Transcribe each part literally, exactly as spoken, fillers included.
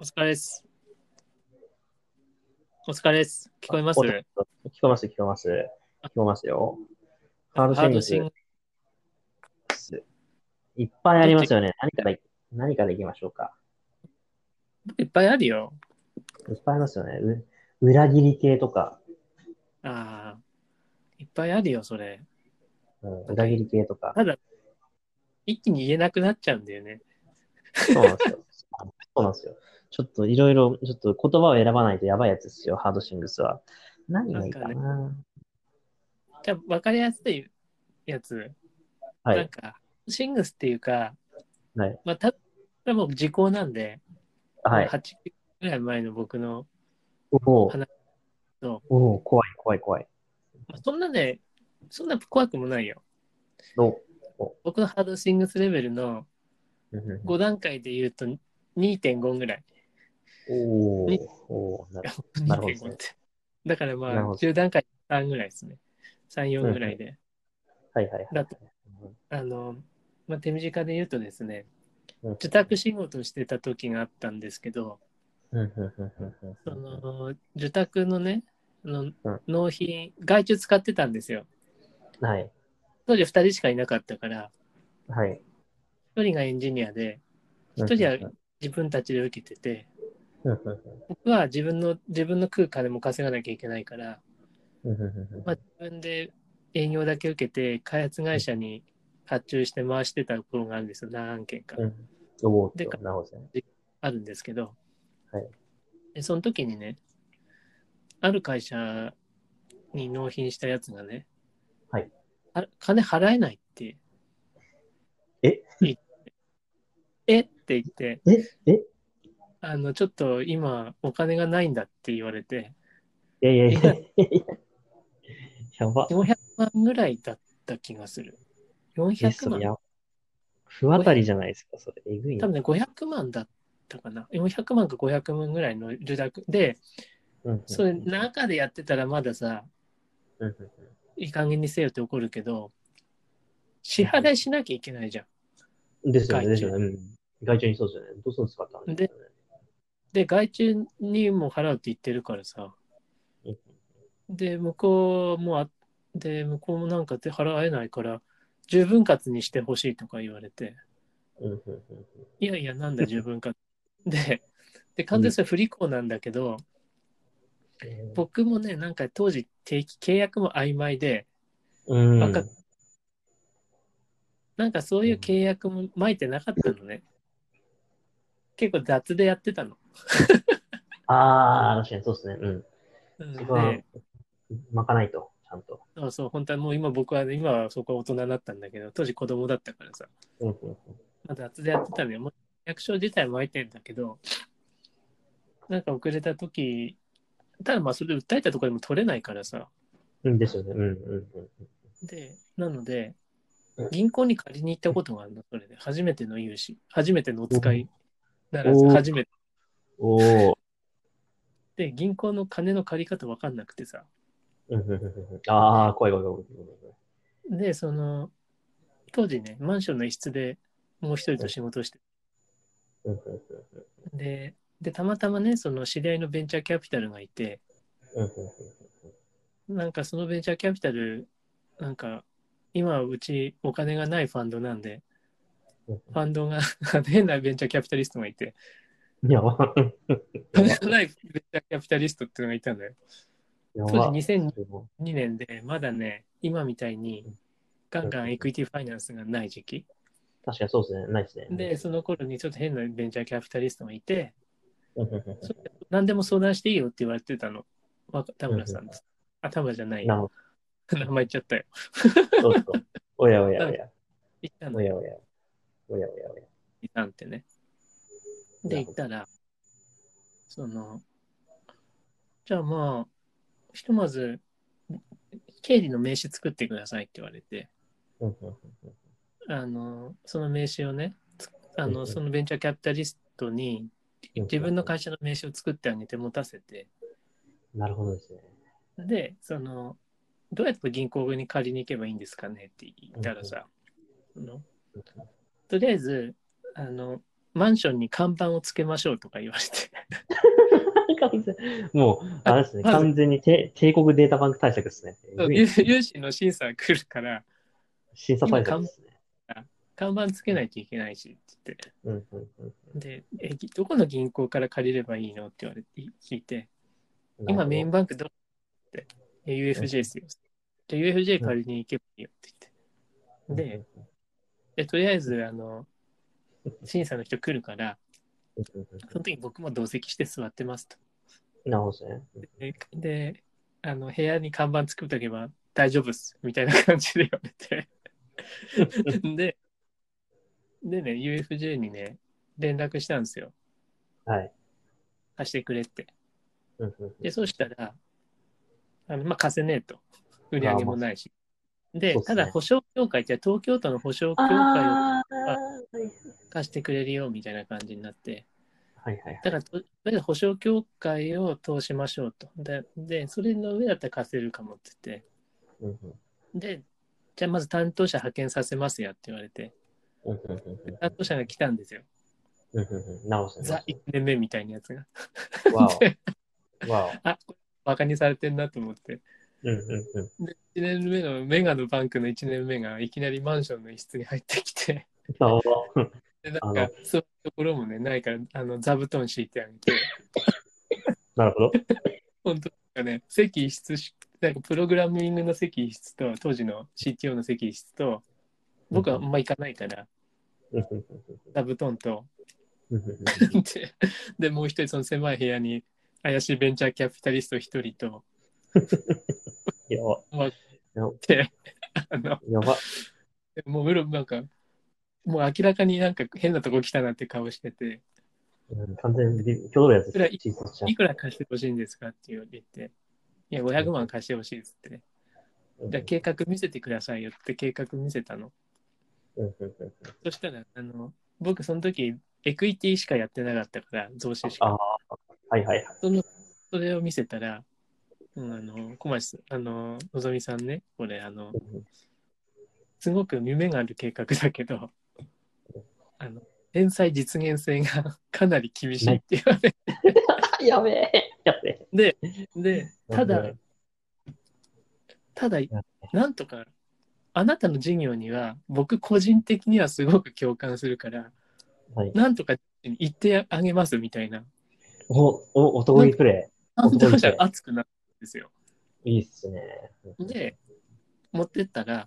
お疲れです。お疲れです。聞こえます？ お聞こえます、聞こえます。聞こえますよ。ハードシングス、 ハードシングいっぱいあどっちりますよね。何から、何からいきましょうか。 いっぱいあるよ。 いっぱいありますよね。う裏切り系とか、 ああ、いっぱいあるよ、それ。 うん、 なんか、 裏切り系とか。 ただ、一気に言えなくなっちゃうんだよね。 そうなんですよ。そうなんですよ。ちょっといろいろ、ちょっと言葉を選ばないとやばいやつですよ、ハードシングスは。何がいいなんかね、 かな。 じゃあ分かりやすいやつ。 はい。 なんか、シングスっていうか、 はい。 まあ、ただもう時効なんで、これはい。 はちきゅうぐらい前の僕のおお、 話と、 おお、怖い、怖い、怖い。 まあ、そんなね、そんな怖くもないよ。 お、お、 僕のハードシングスレベルのうんうんうんご段階で言うとにてんごぐらい。 おーおーな、なるほどですにてんごっね。 て。だからまあ、 なるほどですね。 じゅう段階さんぐらいですね。さん、よんうんうん。 ぐらいで。 はいはいはいだと、 はい。 あの、まあ、手短で言うとですね、 うん受託仕事をしてた時があったんですけど、 うんうんうんうんうんそうんうんの、受託のね、あのうん納品、外注使ってたんですよ。 はい。 当時ふたりしかいなかったから、 はい。 ひとりがエンジニアで、 うんひとりはうんうん自分たちで受けてて、 うんうん僕は自分の、自分の食う金も稼がなきゃいけないから、 うんうんうんまあ、自分で営業だけ受けて、開発会社に発注して回してたところがあるんですよ、何件か。 うん。おーっで、 と、なるほどですね。 あるんですけど、 はい。 でその時にね、ある会社に納品したやつがね、 はい。 あ金払えないってえ言って、えって言って、 ええあの、ちょっと今お金がないんだって言われて、 いやいやいいくらやいや、やば。 よんひゃくまんぐらいだった気がする。400 え、それ万や、不当たりじゃないですか、それ。えぐいな。 多分ね、ごひゃくまんだったかな。よんひゃくまんかごひゃくまんぐらいの受託で、 うんうんそれ中でやってたらまださ、 うんうんいい加減にせよって怒るけど、支払いしなきゃいけないじゃん、 うん。ですよね、 外注。 ですよね。うん。外注にそうですよね。どうするんですかって話ですで、 よね。 で、外注にも払うって言ってるからさ、 うんで、向こうもあ、で、向こうもなんかで払えないから、十分割にしてほしいとか言われて、 うんうんうんいやいや、なんだ十分割。で、で、 うん。うん。 完全にそれ不履行なんだけど、僕もね、なんか当時定期契約も曖昧で、 うん。 わかうんなんかそういう契約も巻いてなかったのね。結構雑でやってたの。 ああ、確かにそうですね。うん。そこは、 で、 まかないと、ちゃんと。 そうそう、本当はもう今僕は、ね、今はそこは大人になったんだけど、当時子供だったからさ、 うんうんまあ、雑でやってたのよ。もう役所自体も巻いてんだけど、なんか遅れた時、ただまあそれで訴えたところでも取れないからさ。 うん。ですよね。うんうんで、なので、 うん。 銀行に借りに行ったことがあるの、それで。初めての融資。初めてのお使いならず、 おお、 初めて。 おお、 で、銀行の金の借り方わかんなくてさ。 うんうんうんうん。ああ、 で、 怖い怖い怖い怖い怖い。 で、その、当時ね、マンションの一室でもう一人と仕事をして、 うんうんうんで、で、たまたまね、その知り合いのベンチャーキャピタルがいて、 うんうんなんかそのベンチャーキャピタル、なんか、今うちお金がないファンドなんで、 うんファンドが変なベンチャーキャピタリストがいて、 うん。やば。やば。 金がないベンチャーキャピタリストっていうのがいたんだよ。当時やば。それも。 にせんにねんで、まだね、今みたいにガンガンエうんうんうん。 クイティファイナンスがない時期。 確かにそうですね。ないですね。 で、その頃にちょっと変なベンチャーキャピタリストがいて、 うんうんうんそれ何でも相談していいよって言われてたの。わ田うんうん。 村さんです。あ、田村じゃないや。 なるほど。 名前言っちゃったよ。 おっと。おやお田村やおや。 言ったのよ。 おやおや。おやおやおや。 いたんってね。で、 なるほど。 言ったら、その、じゃあまあ、ひとまず、経理の名刺作ってくださいって言われて、 うんうんあの、その名刺をね、あの、 うんうんそのベンチャーキャピタリストにうん自分のうん会社の名刺を作ってあげて持たせて、 うん。なるほどですね。 で、その、どうやって銀行に借りに行けばいいんですかねって言っうんうんたらさ、そのうんとりあえず、あの、 マンションに看板をつけましょうとか言われて。 完全もう、あれですね、 まず、 完全に帝帝国データバンク対策ですね。えそう融ぐいな。 融資の審査が来るから、 審査今看対策ですね。 板、看板つけないといけないしってうん、うん、うん。 言って。で、え、どこの銀行から借りればいいのって言われて聞いて、今メインなるほど。 バンクどうって、え ユーエフジェー ですよ。じゃあ ユーエフジェーうん、 借りに行けばいいよってうん、 言って。で、でとりあえず、あの、審査の人来るから、 うん、うん。 その時僕も同席して座ってますと。 なるほどですね。 で、であの部屋に看板作っとけば大丈夫っすみたいな感じで言われてで、でね、ユーエフジェー にね、連絡したんですよ。 はい。 貸してくれって。 うん、うん、 で、そしたら、あのまあ、貸せねえと。売うん。 り上ああ、まあ、 げもないし。で、ただ、 そうですね。 保証協会って東京都の保証協会をああ、は貸してくれるよみたいな感じになって、 い、はい、はい。 だから、とりあえず保証協会を通しましょうと。で、でそれの上だったら貸せるかもって言って、 うん、うん、 で、じゃあまず担当者派遣させますやって言われて、 うん、うん、うん、 担当者が来たんですよ。 うん、うん、なるほどですね。なるザ1 ほど。 年目みたいなやつが。 わお、 で、 わお。 あ、バカにされてんなと思って。 うん、うん、うん。 で、いちねんめのメガのバンクのいちねんめがいきなりマンションの一室に入ってきて、 なるほど。 で、なんあの、 か、そういうところもね、ないから、あの、座布団敷いてあげて、 なるほど。 本当なんかね、席一室し、なんかプログラミングの席一室と、当時の シーティーオー の席一室と、 うん、 僕はあんま行かないから、 うん、うん、 座布団と、 うん、うん、 で、でもう一人その狭い部屋に怪しいベンチャーキャピタリスト一人と、 やば。 まあ、 やで、あの、 やば。 もううろ、なんか、もう明らかになんか変なとこ来たなって顔してて、 うん、完全にビ、挙動るやつですね。 いくらいチーズちゃん。 いくら貸してほしいんですかって言って、いや、500 うん、 万貸してほしいですってね。 うん、 じゃあ計画見せてくださいよって計画見せたの。 うん、うん、うん。 そしたら、あの、僕その時、エクイティしかやってなかったから、増資しか。 ああ、はいはいはい。 その、それを見せたら、うん、あの、小町さん、あの、のぞみさんね、これ、あの、 うんすごく夢がある計画だけど、あの、返済実現性がかなり厳しいっない。 て言われやべえ、やべえ。 て、で、ただ、 やべえ。 ただ、 やなんとか、あなたの事業には、僕個人的にはすごく共感するから、 はい。 なんとか言ってあげますみたいな、 お、お、男なんか、 気プレイ。 担当者男気プレ熱くなるんですよ。 イ。いいっすね。 で、持ってったら、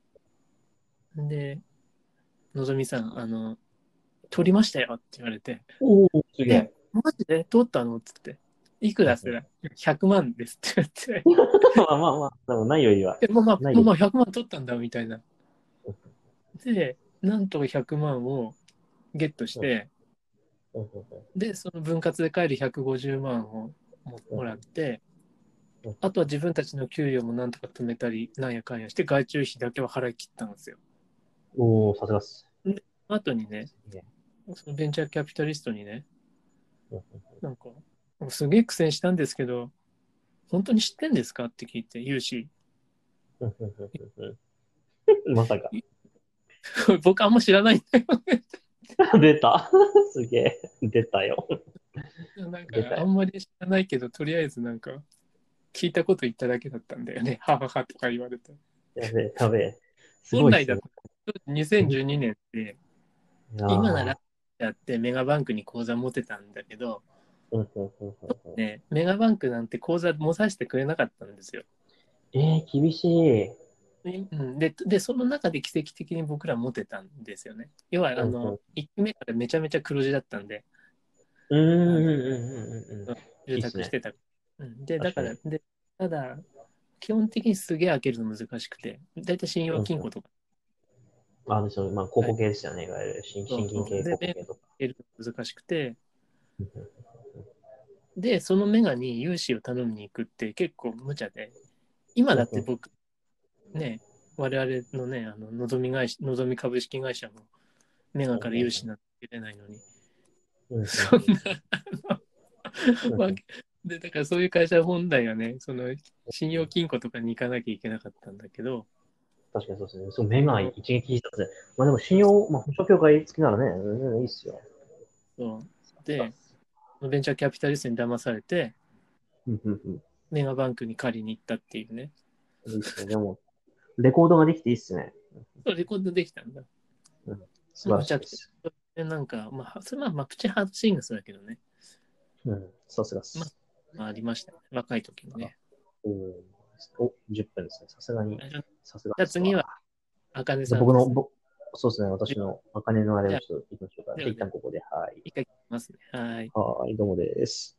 で、のぞみさん、あの、取りましたよって言われて、 おお、すげえ、 え。 マジで取ったのっつって、いくらっつったら、ひゃくまんですって言って、 まあまあまあ、でもないよりは。 え、まあまあ、 ないより。 まあまあひゃくまん取ったんだみたいな。で、なんとかひゃくまんをゲットしうんて、 うんうんで、その分割で帰るひゃくごじゅうまんをもうんもらって、 うんあとは自分たちの給料もなんとか止めたり、なんやかんやして、外注費だけは払い切ったんですよ。 おお、さすがっす。 で、後にね、 すげえ。 そのベンチャーキャピタリストにね、 うんなんか、すげえ苦戦したんですけど、本当に知ってんですかって聞いて、融資。 うんうんうんうんうんまさか。 僕あんま知らないんだよね。 出た。すげえ。出たよ。 なんか、 出たよ。 あんまり知らないけど、とりあえずなんか、聞いたこと言っただけだったんだよね。はははとか言われて。 やべえ、やべえ。すごいっすね。 本来だと、にせんじゅうにねんって、 いやー今ならやってメガバンクに口座持てたんだけど、 うんうんうんうんうんね、メガバンクなんて口座持たせてくれなかったんですよ。 えー、厳しい。 うん、でで、その中で奇跡的に僕ら持てたんですよね。要は、 うんうん。 あの、いっきめからめちゃめちゃ黒字だったんで、 うんうんあの、 うんうんうんうん。 住いいっすね。 宅してた。うん、で、だから、 確かに。 で、ただ、基本的にすげえ開けるの難しくて、だいたい信用うんうん。 金庫とか、 あ、でしょ、まあ、広はい、 告系ですよね。いわゆる新、 そうそう。 新進系で、メガ広告系とか。 開けるの難しくて、 うんうんで、そのメガに融資を頼みに行くって結構無茶で、今だって僕、ね、我々のね、あの、のぞみ会社、のぞみ株式会社もメガから融資なんて出れないのに、 うんうんうんそんな、あうんうんのわけで、だからそういう会社本来はね、その信用金庫とかに行かなきゃいけなかったんだけど、 確かにそうですね。そう、目があの一撃必殺で。まあでも信用、まあ保証協会好きならね、うん、いいっすよ。 そうで、ベンチャーキャピタリストに騙されて、 うんうんうん。 メガバンクに借りに行ったっていうね。 いいっすね。でも、レコードができていいっすね。 そうレコードできたんだ。 うん、素晴らむちゃくちしいです。 ゃ、なんか、まあ、それはまあプチハードシングスだけどね。 うん、さすがっます。 あ、ありましたね。若い時にね。 うん、お、じゅっぷんですね。さすがに、 じさすがゃあ次は、 っすわ。 あかねじゃあ僕の、 さんです。 ぼそうですね。私のお金のあれじゃあ、 をちょっと行きましょうか。じゃあではでは、 一旦ここで、はい。 一回切りますね。はい。 はい、どうもです。